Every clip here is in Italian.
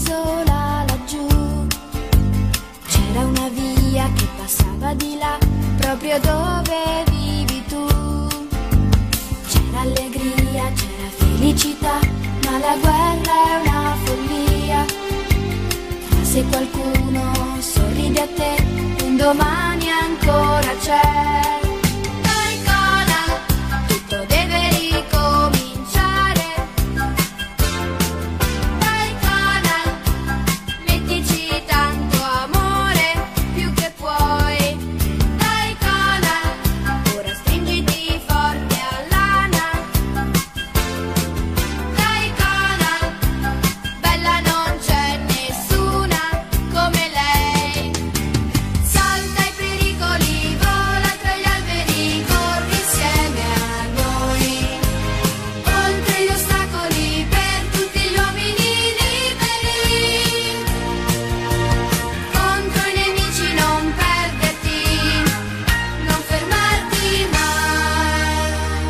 un'isola laggiù, c'era una via che passava di là, proprio dove vivi tu. C'era allegria, c'era felicità, ma la guerra è una follia. Ma se qualcuno sorride a te, un domani ancora c'è. Dai Conan, tutto deve ricominciare. Dai Conan, mettici tanto amore, più che puoi. Dai Conan, ora stringiti forte all'ana. Dai Conan, bella non c'è nessuna come lei. Salta i pericoli, vola tra gli alberi, corri insieme a noi. Oltre gli ostacoli per tutti gli uomini liberi. Contro i nemici non perderti, non fermarti mai.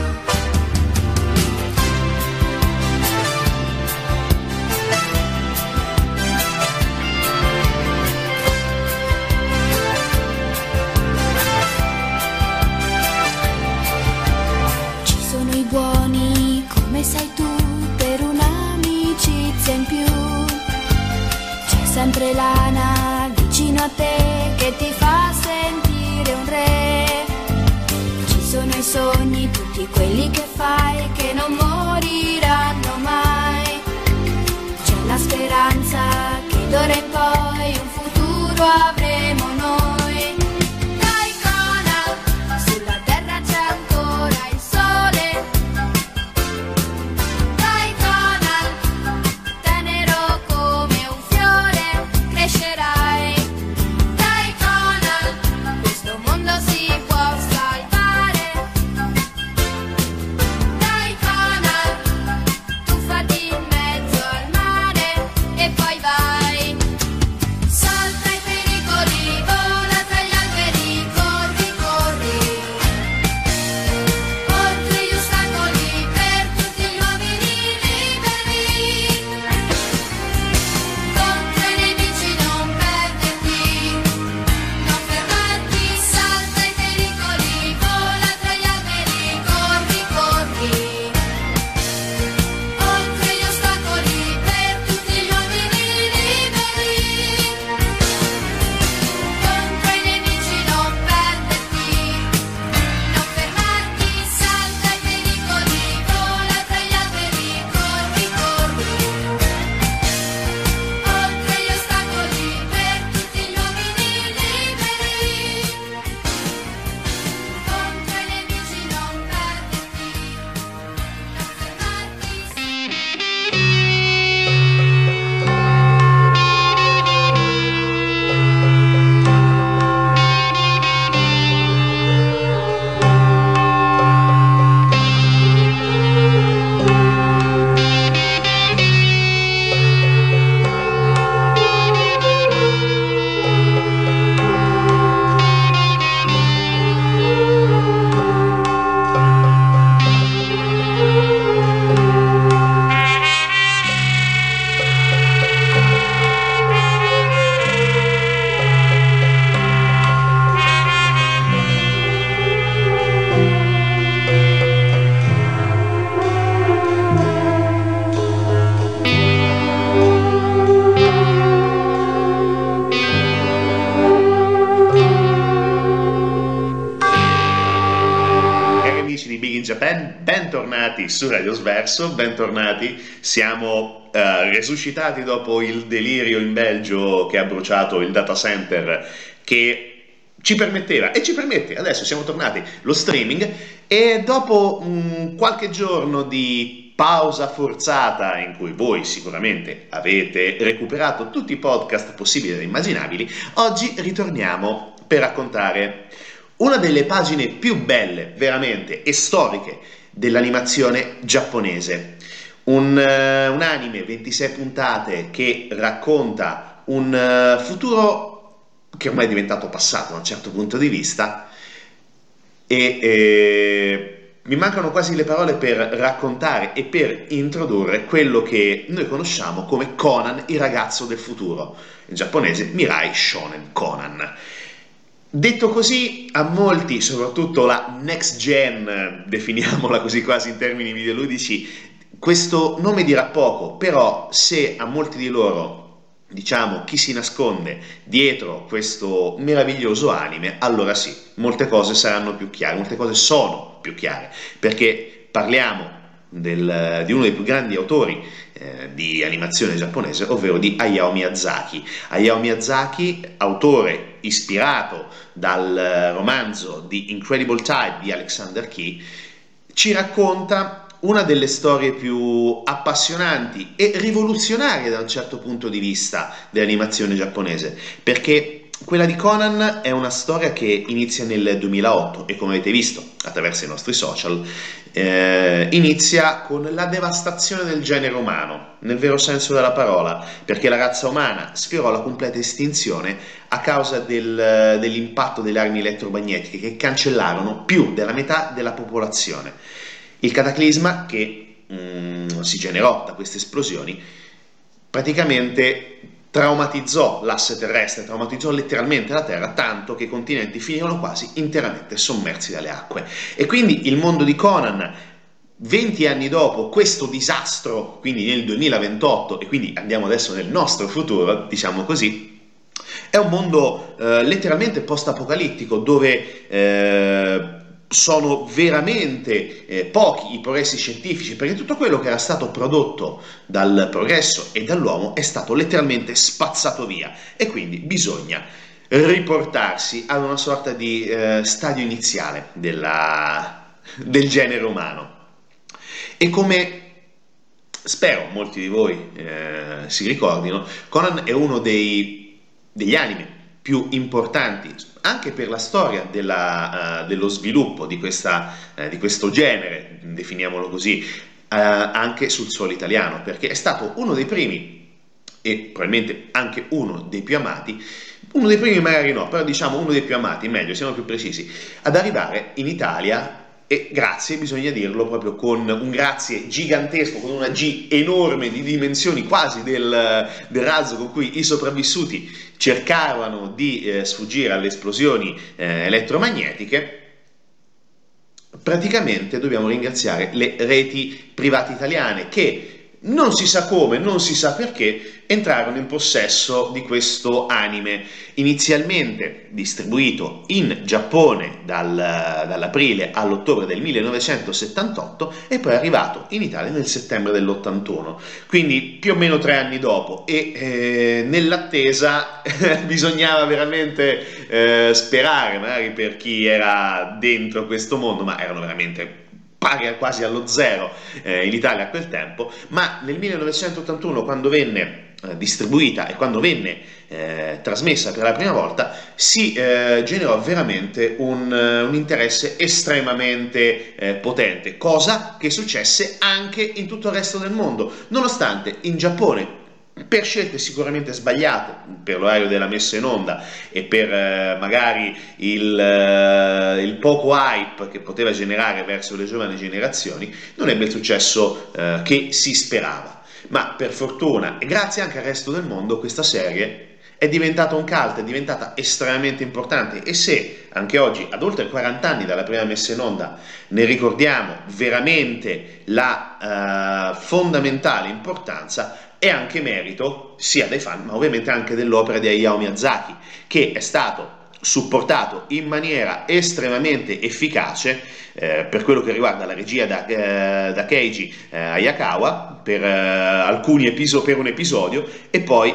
Ci sono i buoni, come sai tu, per un'amicizia in più. C'è sempre l'ana vicino a te che ti fa sentire un re. Ci sono i sogni, tutti quelli che fai, che non moriranno mai. C'è la speranza che d'ora in poi un futuro avremo noi. Dai Conan, sulla terra c'è ancora il sole. Dai Conan, tenero come un fiore, crescerai. Dai Conan, questo mondo si può salvare. Dai Conan, tuffati in mezzo al mare e poi vai. Salta i pericoli, vola tra gli alberi, corri, corri. Oltre gli ostacoli per tutti gli uomini liberi. Contro i nemici non perderti, non fermarti. Salta i pericoli, vola tra gli alberi, corri, corri. Oltre gli ostacoli per tutti gli uomini liberi. Contro i nemici non perderti, non fermarti. Salta i pericoli, vola tra gli alberi, corri, corri. Oltre gli ostacoli per tutti gli uomini liberi. Contro i nemici non perderti, non fermarti. Cari amici di Big in Japan, bentornati su Radio Sverso, bentornati. Siamo resuscitati dopo il delirio in Belgio che ha bruciato il data center che ci permetteva e ci permette, adesso siamo tornati, lo streaming, e dopo qualche giorno di pausa forzata in cui voi sicuramente avete recuperato tutti i podcast possibili e immaginabili, oggi ritorniamo per raccontare una delle pagine più belle, veramente, e storiche dell'animazione giapponese. Un anime, 26 puntate, che racconta un futuro che ormai è diventato passato da un certo punto di vista e Mi mancano quasi le parole per raccontare e per introdurre quello che noi conosciamo come Conan, il ragazzo del futuro, in giapponese Mirai Shonen Conan. Detto così, a molti, soprattutto la next gen, definiamola così quasi in termini videoludici, questo nome dirà poco, però se a molti di loro diciamo chi si nasconde dietro questo meraviglioso anime, allora sì, molte cose saranno più chiare, molte cose sono più chiare, perché parliamo di uno dei più grandi autori di animazione giapponese, ovvero di Hayao Miyazaki. Hayao Miyazaki, autore ispirato dal romanzo The Incredible Tide di Alexander Key, ci racconta una delle storie più appassionanti e rivoluzionarie da un certo punto di vista dell'animazione giapponese, perché quella di Conan è una storia che inizia nel 2008 e, come avete visto attraverso i nostri social, inizia con la devastazione del genere umano, nel vero senso della parola, perché la razza umana sfiorò la completa estinzione a causa dell'impatto delle armi elettromagnetiche che cancellarono più della metà della popolazione. Il cataclisma che si generò da queste esplosioni praticamente traumatizzò l'asse terrestre, traumatizzò letteralmente la Terra, tanto che i continenti finirono quasi interamente sommersi dalle acque. E quindi il mondo di Conan, 20 anni dopo questo disastro, quindi nel 2028, e quindi andiamo adesso nel nostro futuro, diciamo così, è un mondo letteralmente post-apocalittico, dove sono veramente pochi i progressi scientifici, perché tutto quello che era stato prodotto dal progresso e dall'uomo è stato letteralmente spazzato via, e quindi bisogna riportarsi ad una sorta di stadio iniziale del genere umano. E come spero molti di voi si ricordino, Conan è uno degli anime più importanti anche per la storia dello sviluppo di questo genere, definiamolo così, anche sul suolo italiano, perché è stato uno dei primi, e probabilmente anche uno dei più amati, uno dei primi magari no, però diciamo uno dei più amati, meglio, siamo più precisi, ad arrivare in Italia. E grazie, bisogna dirlo proprio con un grazie gigantesco, con una G enorme di dimensioni quasi del razzo con cui i sopravvissuti cercavano di sfuggire alle esplosioni elettromagnetiche. Praticamente dobbiamo ringraziare le reti private italiane che non si sa come, non si sa perché, entrarono in possesso di questo anime, inizialmente distribuito in Giappone dall'aprile all'ottobre del 1978 e poi arrivato in Italia nel settembre dell'81, quindi più o meno 3 anni dopo, e nell'attesa bisognava veramente sperare, magari per chi era dentro questo mondo, ma erano veramente pari quasi allo zero in Italia a quel tempo, ma nel 1981, quando venne distribuita e quando venne trasmessa per la prima volta, si generò veramente un interesse estremamente potente, cosa che successe anche in tutto il resto del mondo, nonostante in Giappone, per scelte sicuramente sbagliate, per l'orario della messa in onda e per magari il poco hype che poteva generare verso le giovani generazioni, non ebbe il successo che si sperava. Ma per fortuna, e grazie anche al resto del mondo, questa serie è diventata un cult, è diventata estremamente importante, e se anche oggi, ad oltre 40 anni dalla prima messa in onda, ne ricordiamo veramente la fondamentale importanza, è anche merito sia dei fan, ma ovviamente anche dell'opera di Hayao Miyazaki, che è stato supportato in maniera estremamente efficace per quello che riguarda la regia da Keiji Hayakawa per un episodio, e poi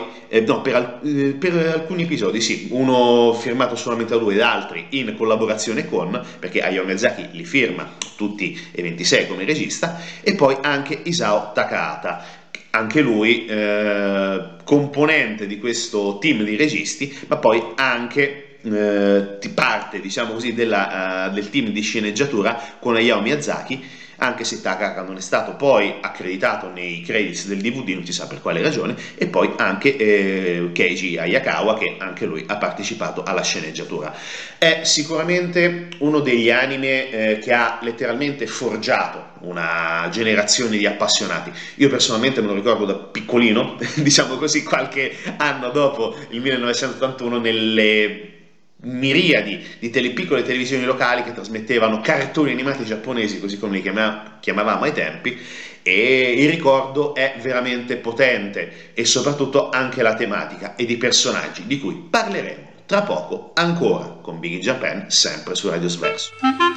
per alcuni episodi, sì, uno firmato solamente da lui ed altri in collaborazione con, perché Hayao Miyazaki li firma tutti e 26 come regista, e poi anche Isao Takahata, anche lui componente di questo team di registi, ma poi anche parte, diciamo così, del team di sceneggiatura con Hayao Miyazaki, anche se Takahata non è stato poi accreditato nei credits del DVD, non si sa per quale ragione, e poi anche Keiji Hayakawa, che anche lui ha partecipato alla sceneggiatura. È sicuramente uno degli anime che ha letteralmente forgiato una generazione di appassionati. Io personalmente me lo ricordo da piccolino, diciamo così, qualche anno dopo il 1981, nelle miriadi di piccole televisioni locali che trasmettevano cartoni animati giapponesi, così come li chiamavamo ai tempi, e il ricordo è veramente potente, e soprattutto anche la tematica ed i personaggi, di cui parleremo tra poco ancora con Big in Japan, sempre su Radio Sverso.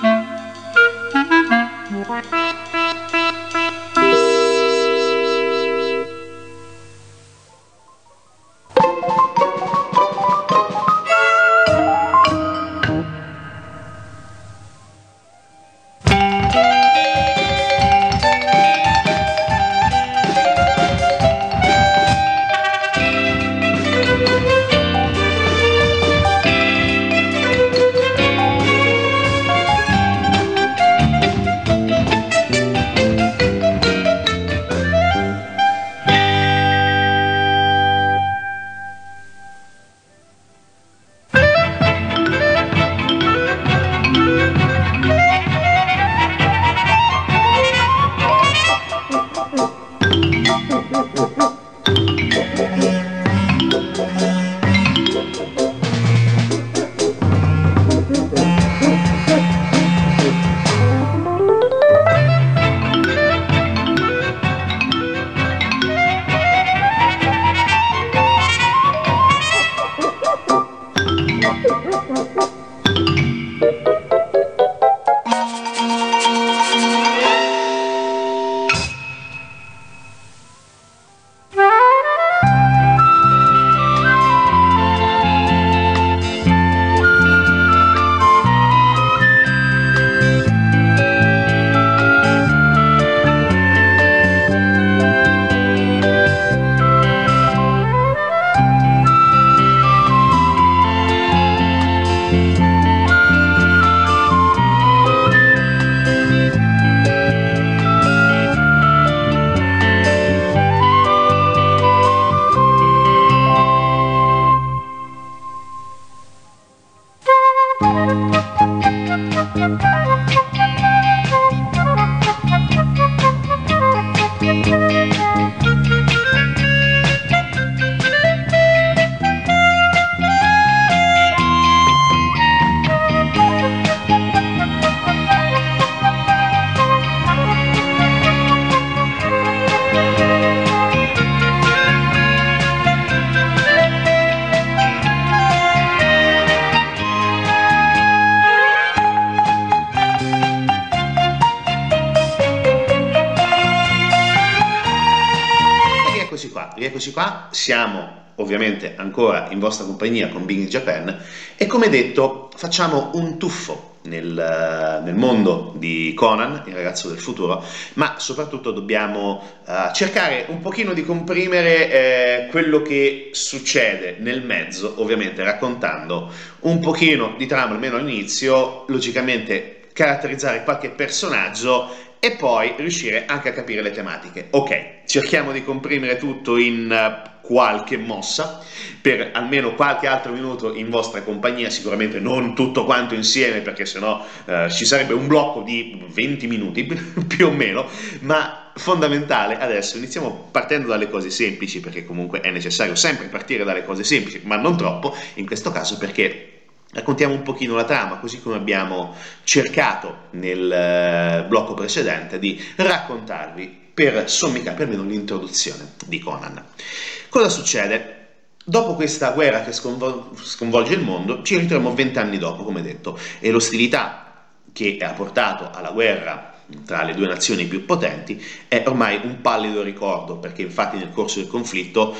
Rieccoci qua, siamo ovviamente ancora in vostra compagnia con Big in Japan e, come detto, facciamo un tuffo nel mondo di Conan, il ragazzo del futuro, ma soprattutto dobbiamo cercare un pochino di comprimere quello che succede nel mezzo, ovviamente raccontando un pochino di trama, almeno all'inizio, logicamente caratterizzare qualche personaggio e poi riuscire anche a capire le tematiche. Ok, cerchiamo di comprimere tutto in qualche mossa, per almeno qualche altro minuto in vostra compagnia, sicuramente non tutto quanto insieme, perché sennò ci sarebbe un blocco di 20 minuti più o meno, ma fondamentale adesso, iniziamo partendo dalle cose semplici, perché comunque è necessario sempre partire dalle cose semplici, ma non troppo in questo caso, perché raccontiamo un pochino la trama, così come abbiamo cercato nel blocco precedente di raccontarvi per sommità, per almeno l'introduzione di Conan. Cosa succede? Dopo questa guerra che sconvolge il mondo, ci ritroviamo 20 anni dopo, come detto, e l'ostilità che ha portato alla guerra tra le due nazioni più potenti è ormai un pallido ricordo, perché infatti nel corso del conflitto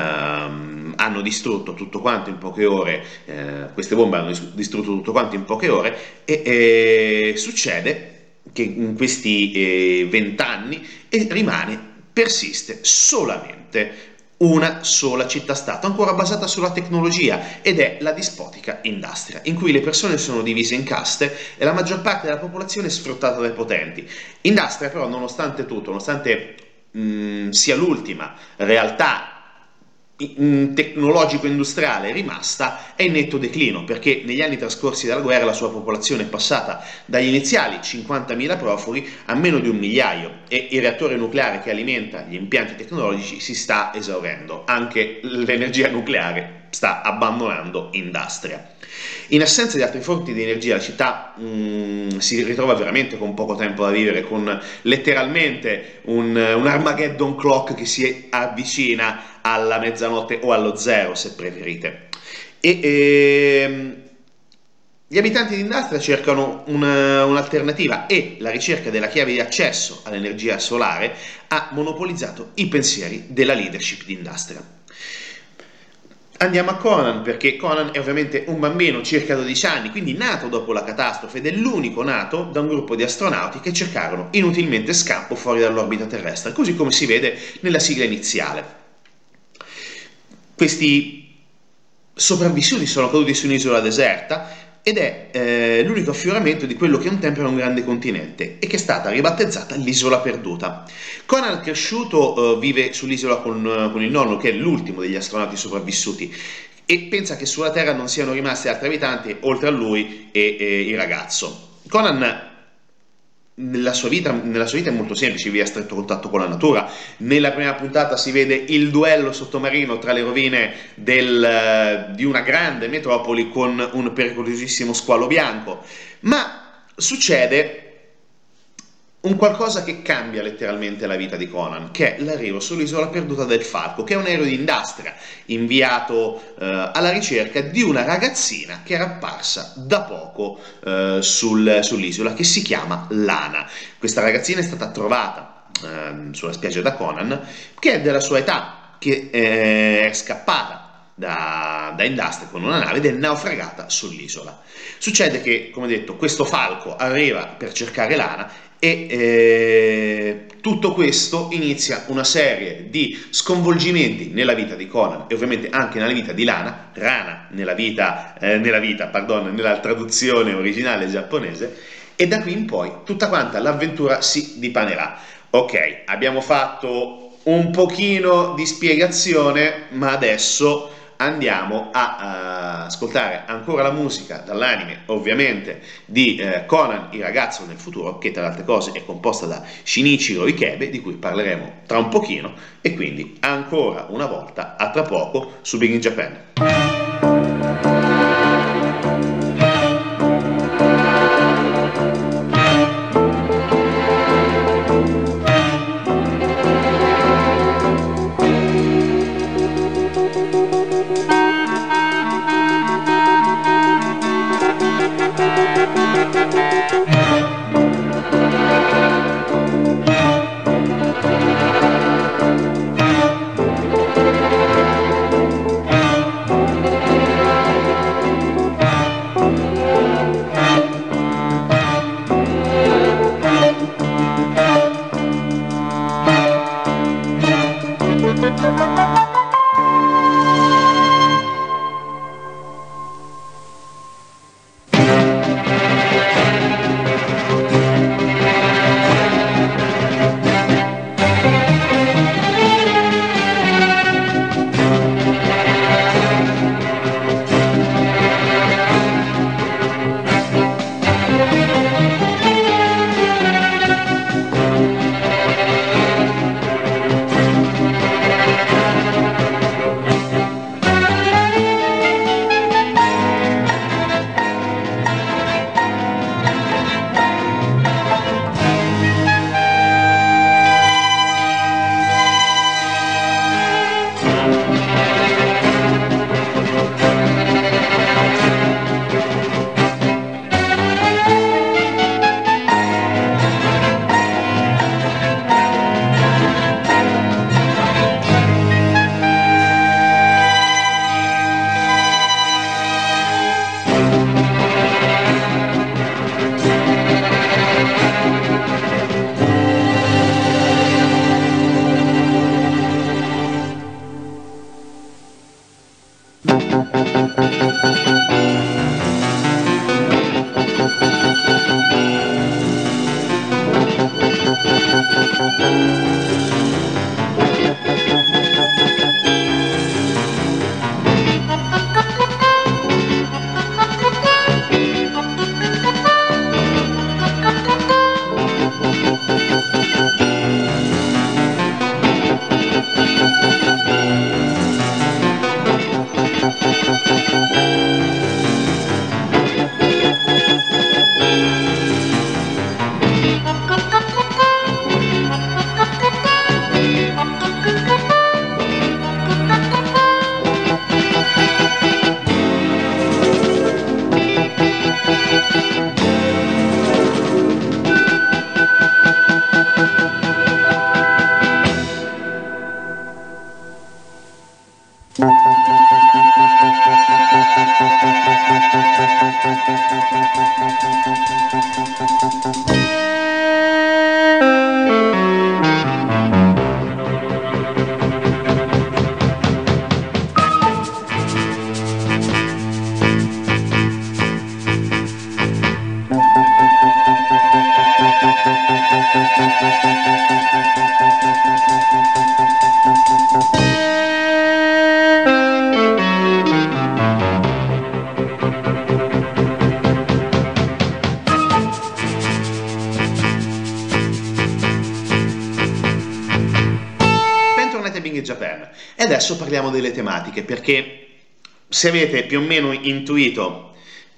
hanno distrutto tutto quanto in poche ore, queste bombe hanno distrutto tutto quanto in poche ore e succede che in questi 20 anni persiste solamente una sola città-stato, ancora basata sulla tecnologia, ed è la dispotica Indastria, in cui le persone sono divise in caste e la maggior parte della popolazione è sfruttata dai potenti. Indastria però, nonostante tutto, nonostante sia l'ultima realtà tecnologico-industriale rimasta, è in netto declino, perché negli anni trascorsi dalla guerra la sua popolazione è passata dagli iniziali 50.000 profughi a meno di 1 migliaio e il reattore nucleare che alimenta gli impianti tecnologici si sta esaurendo. Anche l'energia nucleare sta abbandonando Indastria. In assenza di altre fonti di energia, la città si ritrova veramente con poco tempo da vivere, con letteralmente un Armageddon clock che si avvicina alla mezzanotte o allo zero, se preferite. Gli abitanti di Indastria cercano un'alternativa e la ricerca della chiave di accesso all'energia solare ha monopolizzato i pensieri della leadership di Indastria. Andiamo a Conan, perché Conan è ovviamente un bambino, circa 12 anni, quindi nato dopo la catastrofe, ed è l'unico nato da un gruppo di astronauti che cercarono inutilmente scampo fuori dall'orbita terrestre, così come si vede nella sigla iniziale. Questi sopravvissuti sono caduti su un'isola deserta ed è l'unico affioramento di quello che un tempo era un grande continente e che è stata ribattezzata l'isola perduta. Conan, cresciuto, vive sull'isola con il nonno, che è l'ultimo degli astronauti sopravvissuti, e pensa che sulla Terra non siano rimasti altri abitanti oltre a lui e il ragazzo. Conan nella sua vita è molto semplice, vive a stretto contatto con la natura. Nella prima puntata si vede il duello sottomarino tra le rovine di una grande metropoli con un pericolosissimo squalo bianco, ma succede un qualcosa che cambia letteralmente la vita di Conan, che è l'arrivo sull'isola perduta del Falco, che è un aereo di Indastria inviato alla ricerca di una ragazzina che era apparsa da poco sull'isola, che si chiama Lana. Questa ragazzina è stata trovata sulla spiaggia da Conan, che è della sua età, che è scappata da Indastria con una nave ed è naufragata sull'isola. Succede che, come detto, questo falco arriva per cercare Lana e tutto questo inizia una serie di sconvolgimenti nella vita di Conan e ovviamente anche nella vita di Lana, Rana nella traduzione originale giapponese, e da qui in poi tutta quanta l'avventura si dipanerà. Ok, abbiamo fatto un pochino di spiegazione, ma adesso andiamo a ascoltare ancora la musica dall'anime, ovviamente, di Conan il ragazzo nel futuro, che tra le altre cose è composta da Shinichiro Ikebe, di cui parleremo tra un pochino, e quindi ancora una volta a tra poco su Big in Japan. E adesso parliamo delle tematiche, perché se avete più o meno intuito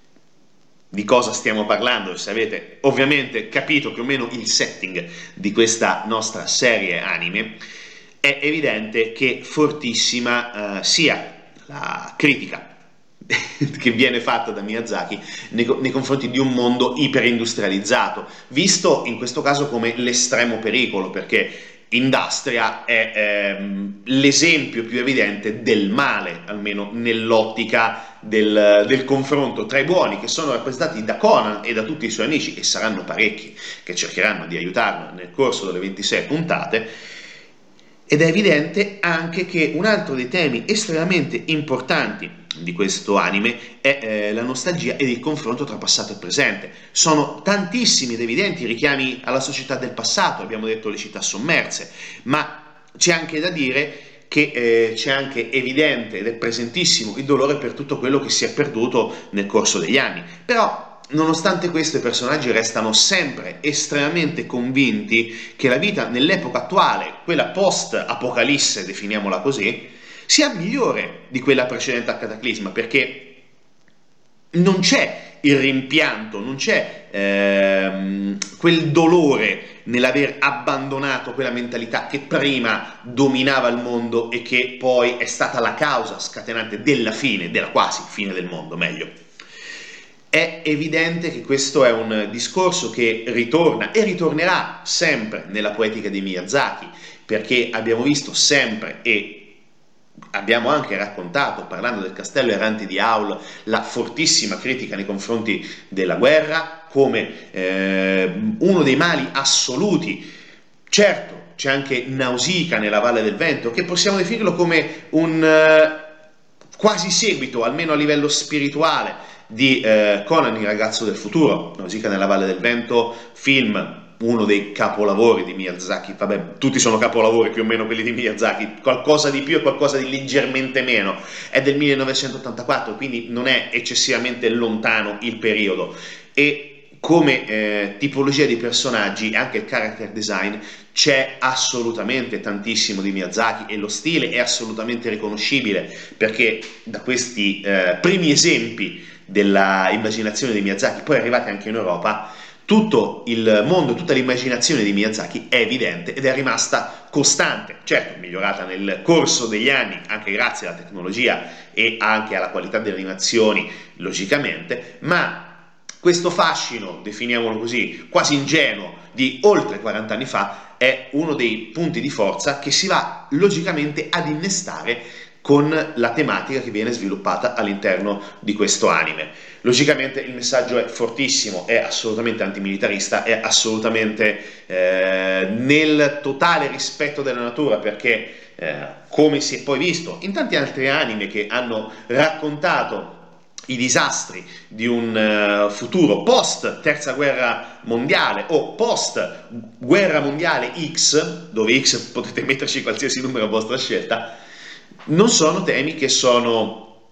di cosa stiamo parlando, se avete ovviamente capito più o meno il setting di questa nostra serie anime, è evidente che fortissima sia la critica che viene fatta da Miyazaki nei confronti di un mondo iperindustrializzato, visto in questo caso come l'estremo pericolo, perché Industria è l'esempio più evidente del male, almeno nell'ottica del confronto tra i buoni, che sono rappresentati da Conan e da tutti i suoi amici, e saranno parecchi che cercheranno di aiutarlo nel corso delle 26 puntate. Ed è evidente anche che un altro dei temi estremamente importanti di questo anime è la nostalgia ed il confronto tra passato e presente. Sono tantissimi ed evidenti richiami alla società del passato, abbiamo detto le città sommerse, ma c'è anche da dire che c'è anche evidente ed è presentissimo il dolore per tutto quello che si è perduto nel corso degli anni. Però nonostante questo, i personaggi restano sempre estremamente convinti che la vita nell'epoca attuale, quella post-apocalisse, definiamola così, sia migliore di quella precedente al cataclisma, perché non c'è il rimpianto, non c'è quel dolore nell'aver abbandonato quella mentalità che prima dominava il mondo e che poi è stata la causa scatenante della fine, della quasi fine del mondo, meglio. È evidente che questo è un discorso che ritorna e ritornerà sempre nella poetica di Miyazaki, perché abbiamo visto sempre e abbiamo anche raccontato, parlando del Castello Errante di Howl, la fortissima critica nei confronti della guerra come uno dei mali assoluti. Certo, c'è anche Nausicaa nella Valle del Vento, che possiamo definirlo come un quasi seguito, almeno a livello spirituale, di Conan il ragazzo del futuro. Nausicaa nella Valle del Vento, film, uno dei capolavori di Miyazaki. Vabbè, tutti sono capolavori più o meno quelli di Miyazaki, qualcosa di più e qualcosa di leggermente meno. È del 1984, quindi non è eccessivamente lontano il periodo, e come tipologia di personaggi, anche il character design, c'è assolutamente tantissimo di Miyazaki, e lo stile è assolutamente riconoscibile, perché da questi primi esempi della immaginazione di Miyazaki, poi arrivati anche in Europa, tutto il mondo, tutta l'immaginazione di Miyazaki è evidente ed è rimasta costante, certo migliorata nel corso degli anni anche grazie alla tecnologia e anche alla qualità delle animazioni, logicamente, ma questo fascino, definiamolo così, quasi ingenuo di oltre 40 anni fa è uno dei punti di forza che si va logicamente ad innestare con la tematica che viene sviluppata all'interno di questo anime. Logicamente il messaggio è fortissimo, è assolutamente antimilitarista, è assolutamente nel totale rispetto della natura, perché come si è poi visto in tanti altri anime che hanno raccontato i disastri di un futuro post terza guerra mondiale o post guerra mondiale X, dove X potete metterci qualsiasi numero a vostra scelta, non sono temi che sono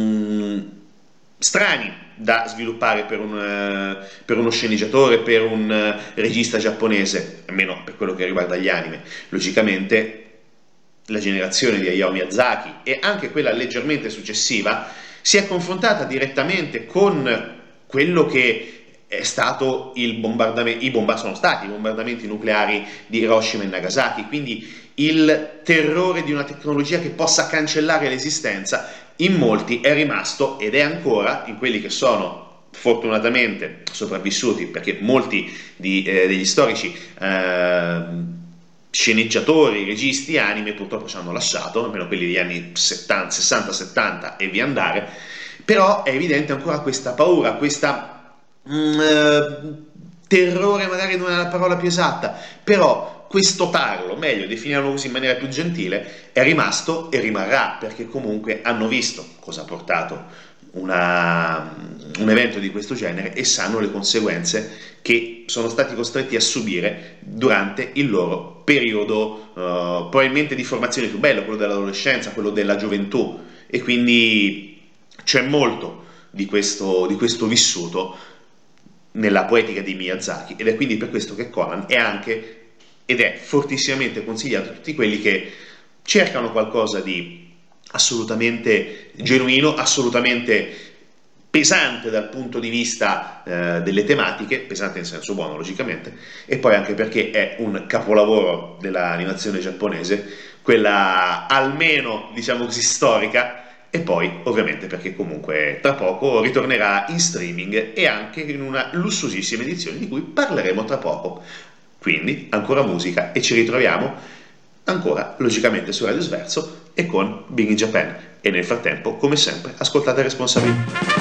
strani da sviluppare per uno sceneggiatore, per un regista giapponese, almeno per quello che riguarda gli anime. Logicamente la generazione di Hayao Miyazaki e anche quella leggermente successiva si è confrontata direttamente con quello che è stato sono stati i bombardamenti nucleari di Hiroshima e Nagasaki, quindi il terrore di una tecnologia che possa cancellare l'esistenza in molti è rimasto ed è ancora, in quelli che sono fortunatamente sopravvissuti, perché molti degli storici sceneggiatori, registi, anime purtroppo ci hanno lasciato, almeno quelli degli anni 60-70 e via andare, però è evidente ancora questa paura, questa terrore, magari non è la parola più esatta, però questo tarlo, meglio definirlo così in maniera più gentile, è rimasto e rimarrà, perché comunque hanno visto cosa ha portato un evento di questo genere e sanno le conseguenze che sono stati costretti a subire durante il loro periodo probabilmente di formazione più bello, quello dell'adolescenza, quello della gioventù, e quindi c'è molto di questo vissuto nella poetica di Miyazaki, ed è quindi per questo che Conan è fortissimamente consigliato a tutti quelli che cercano qualcosa di assolutamente genuino, assolutamente pesante dal punto di vista delle tematiche, pesante in senso buono logicamente, e poi anche perché è un capolavoro dell'animazione giapponese, quella almeno diciamo così storica, e poi ovviamente perché comunque tra poco ritornerà in streaming e anche in una lussuosissima edizione di cui parleremo tra poco. Quindi ancora musica e ci ritroviamo ancora logicamente su Radio Sverso e con Big in Japan, e nel frattempo come sempre ascoltate responsabilmente.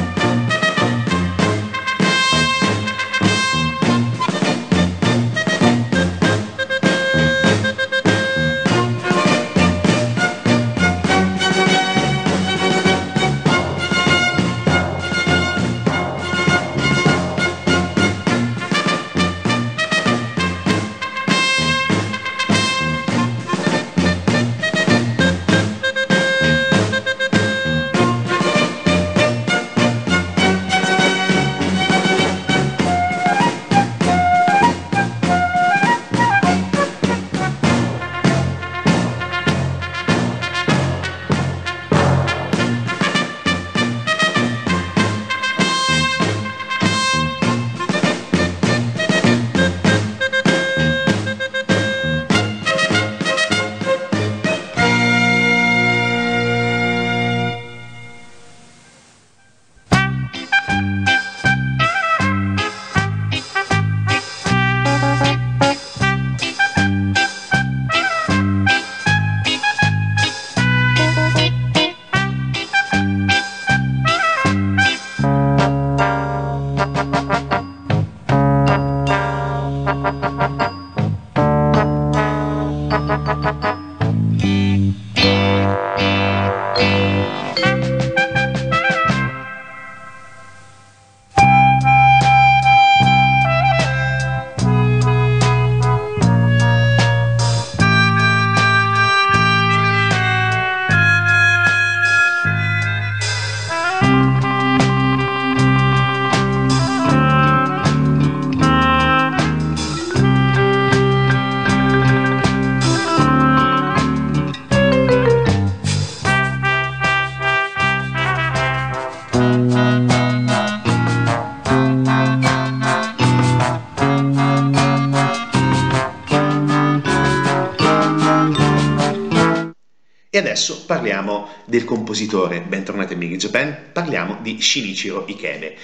E adesso parliamo del compositore. Bentornati a Big in Japan, parliamo di Shinichiro Ikebe,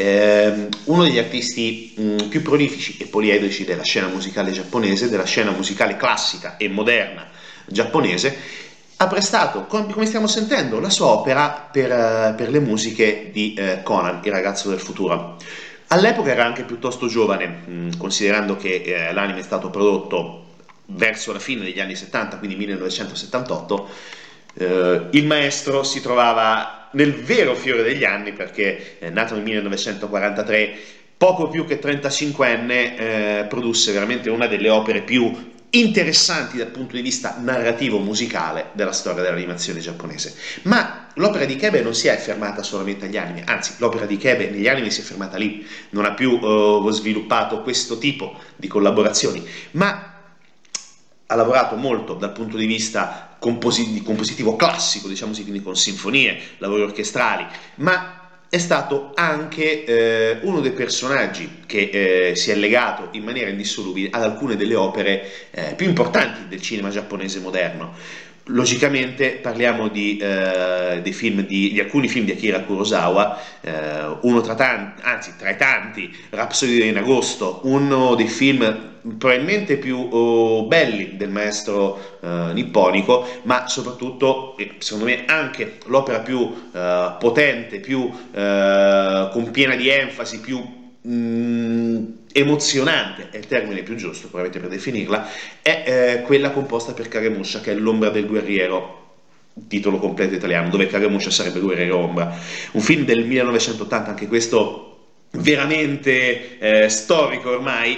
uno degli artisti più prolifici e poliedrici della scena musicale giapponese, della scena musicale classica e moderna giapponese. Ha prestato, come stiamo sentendo, la sua opera per le musiche di Conan, il ragazzo del futuro. All'epoca era anche piuttosto giovane, considerando che l'anime è stato prodotto verso la fine degli anni 70, quindi 1978, il maestro si trovava nel vero fiore degli anni, perché nato nel 1943, poco più che 35enne, produsse veramente una delle opere più interessanti dal punto di vista narrativo musicale della storia dell'animazione giapponese. Ma l'opera di Ikebe non si è fermata solamente agli anime, anzi l'opera di Ikebe negli anime si è fermata lì, non ha più sviluppato questo tipo di collaborazioni, ma ha lavorato molto dal punto di vista compositivo classico, diciamo così, quindi con sinfonie, lavori orchestrali, ma è stato anche uno dei personaggi che si è legato in maniera indissolubile ad alcune delle opere più importanti del cinema giapponese moderno. Logicamente parliamo di alcuni film di Akira Kurosawa, uno tra tanti, anzi tra i tanti, Rhapsody in agosto, uno dei film probabilmente più belli del maestro nipponico, ma soprattutto, secondo me, anche l'opera più potente, più con piena di enfasi, più emozionante, è il termine più giusto probabilmente per definirla, è quella composta per Kagemusha, che è L'ombra del guerriero, titolo completo italiano, dove Kagemusha sarebbe guerriero ombra, un film del 1980, anche questo veramente storico ormai,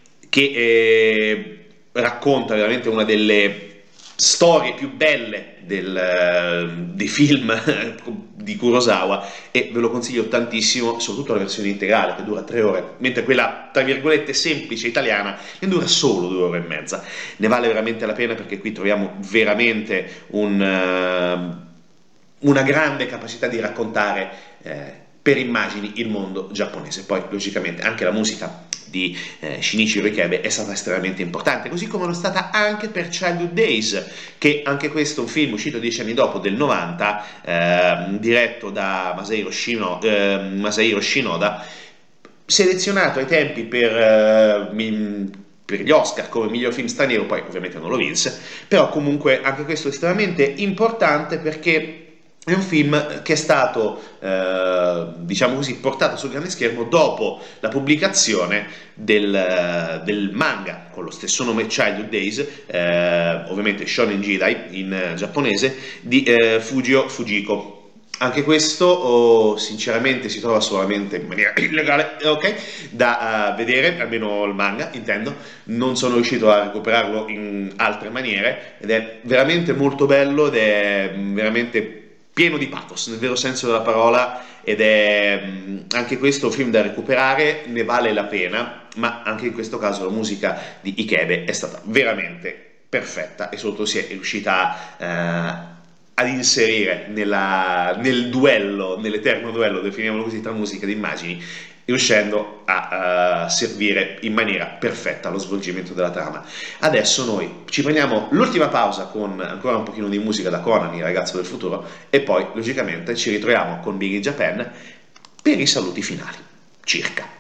che racconta veramente una delle storie più belle dei film di Kurosawa, e ve lo consiglio tantissimo, soprattutto la versione integrale che dura 3 ore, mentre quella tra virgolette semplice italiana ne dura solo 2 ore e mezza. Ne vale veramente la pena, perché qui troviamo veramente una grande capacità di raccontare per immagini il mondo giapponese. Poi logicamente anche la musica di Shinichiro Ikebe è stata estremamente importante, così come lo è stata anche per Childhood Days, che anche questo è un film uscito 10 anni dopo, del 90, diretto da Masahiro Shinoda, selezionato ai tempi per gli Oscar come miglior film straniero, poi ovviamente non lo vinse, però comunque anche questo è estremamente importante, perché è un film che è stato, diciamo così, portato sul grande schermo dopo la pubblicazione del manga con lo stesso nome, Childhood Days, ovviamente Shonen Jidai in giapponese, di Fujio Fujiko. Anche questo sinceramente si trova solamente in maniera illegale, da vedere, almeno il manga intendo, non sono riuscito a recuperarlo in altre maniere, ed è veramente molto bello ed è veramente pieno di pathos nel vero senso della parola, ed è anche questo un film da recuperare, ne vale la pena, ma anche in questo caso la musica di Ikebe è stata veramente perfetta, e soprattutto si è riuscita ad inserire nel duello, nell'eterno duello, definiamolo così, tra musica ed immagini, riuscendo a servire in maniera perfetta lo svolgimento della trama. Adesso noi ci prendiamo l'ultima pausa con ancora un pochino di musica da Conan, il ragazzo del futuro, e poi logicamente ci ritroviamo con Big in Japan per i saluti finali, circa.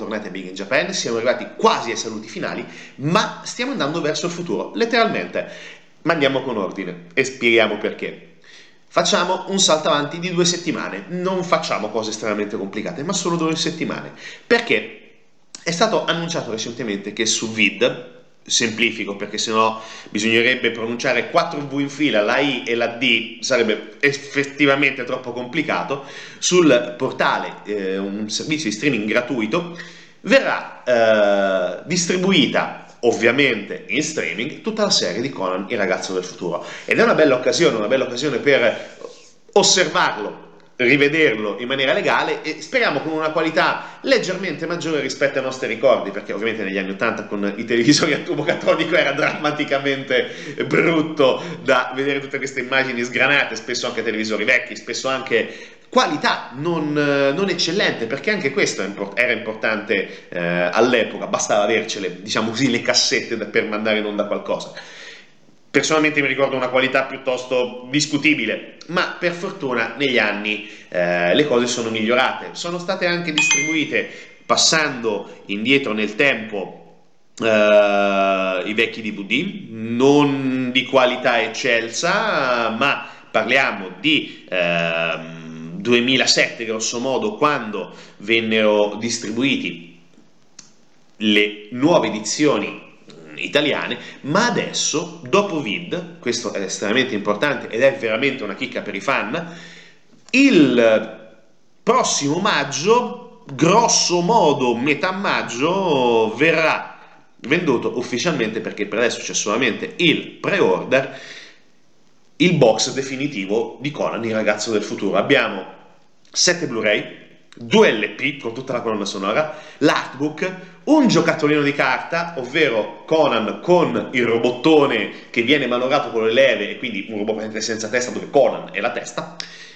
bentornati a Big in Japan, siamo arrivati quasi ai saluti finali, ma stiamo andando verso il futuro, letteralmente. Ma andiamo con ordine e spieghiamo perché. Facciamo un salto avanti di 2 settimane, non facciamo cose estremamente complicate, ma solo 2 settimane, perché è stato annunciato recentemente che su Vid, semplifico perché sennò bisognerebbe pronunciare 4 V in fila, la I e la D sarebbe effettivamente troppo complicato, sul portale, un servizio di streaming gratuito, verrà distribuita ovviamente in streaming tutta la serie di Conan, il ragazzo del futuro, ed è una bella occasione per osservarlo, rivederlo in maniera legale e speriamo con una qualità leggermente maggiore rispetto ai nostri ricordi, perché ovviamente negli anni 80 con i televisori a tubo catodico era drammaticamente brutto da vedere tutte queste immagini sgranate, spesso anche televisori vecchi, spesso anche qualità non eccellente, perché anche questo era importante all'epoca, bastava avercele, diciamo così, le cassette per mandare in onda qualcosa. Personalmente mi ricordo una qualità piuttosto discutibile, ma per fortuna negli anni le cose sono migliorate, sono state anche distribuite passando indietro nel tempo i vecchi DVD, non di qualità eccelsa, ma parliamo di 2007 grosso modo, quando vennero distribuiti le nuove edizioni italiane, ma adesso, dopo Vid, questo è estremamente importante ed è veramente una chicca per i fan, il prossimo maggio, grosso modo metà maggio, verrà venduto ufficialmente, perché per adesso c'è solamente il pre-order, il box definitivo di Conan, il ragazzo del futuro. Abbiamo 7 Blu-ray, 2 LP con tutta la colonna sonora, l'artbook, un giocattolino di carta, ovvero Conan con il robottone che viene manorato con le leve e quindi un robot senza testa dove Conan è la testa,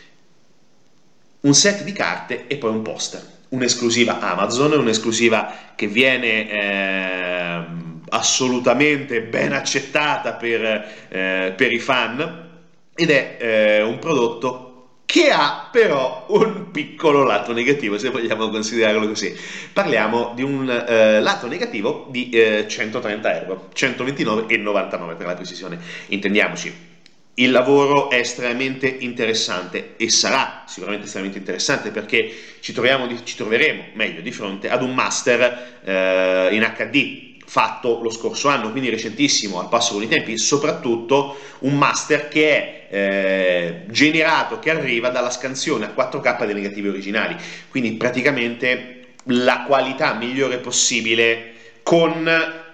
un set di carte e poi un poster, un'esclusiva Amazon, un'esclusiva che viene assolutamente ben accettata per i fan, ed è un prodotto che ha però un piccolo lato negativo, se vogliamo considerarlo così. Parliamo di un lato negativo di 130 euro, 129,99 per la precisione. Intendiamoci, il lavoro è estremamente interessante e sarà sicuramente estremamente interessante, perché ci troveremo meglio di fronte ad un master in HD fatto lo scorso anno, quindi recentissimo, al passo con i tempi, soprattutto un master che è generato, che arriva dalla scansione a 4K dei negativi originali, quindi praticamente la qualità migliore possibile con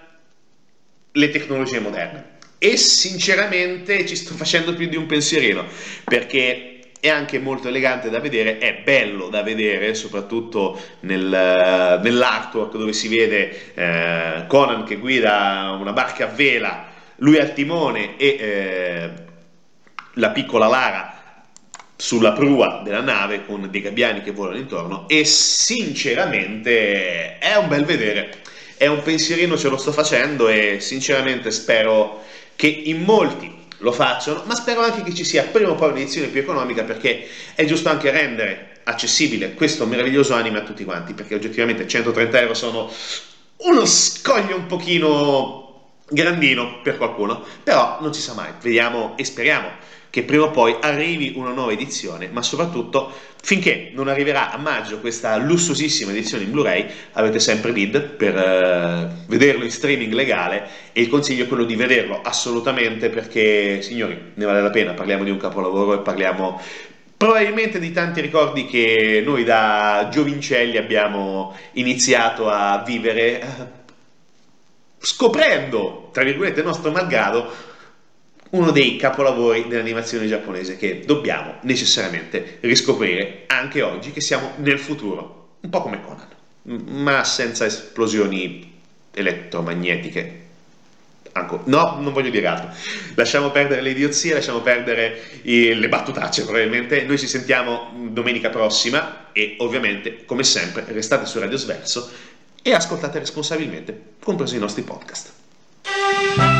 le tecnologie moderne. E sinceramente ci sto facendo più di un pensierino, perché è anche molto elegante da vedere, è bello da vedere, soprattutto nell'artwork, dove si vede Conan che guida una barca a vela, lui al timone e la piccola Lara sulla prua della nave con dei gabbiani che volano intorno, e sinceramente è un bel vedere, è un pensierino, ce lo sto facendo e sinceramente spero che in molti lo facciano, ma spero anche che ci sia prima o poi un'edizione più economica, perché è giusto anche rendere accessibile questo meraviglioso anime a tutti quanti, perché oggettivamente 130 euro sono uno scoglio un pochino grandino per qualcuno, però non si sa mai, vediamo e speriamo che prima o poi arrivi una nuova edizione, ma soprattutto finché non arriverà a maggio questa lussuosissima edizione in Blu-ray, avete sempre Vid per vederlo in streaming legale, e il consiglio è quello di vederlo assolutamente, perché signori, ne vale la pena, parliamo di un capolavoro e parliamo probabilmente di tanti ricordi che noi da giovincelli abbiamo iniziato a vivere scoprendo, tra virgolette, il nostro malgrado, uno dei capolavori dell'animazione giapponese che dobbiamo necessariamente riscoprire anche oggi che siamo nel futuro, un po' come Conan, ma senza esplosioni elettromagnetiche. No, non voglio dire altro. Lasciamo perdere le idiozie, lasciamo perdere le battutacce probabilmente. Noi ci sentiamo domenica prossima e ovviamente, come sempre, restate su Radio Sverso e ascoltate responsabilmente, compreso i nostri podcast.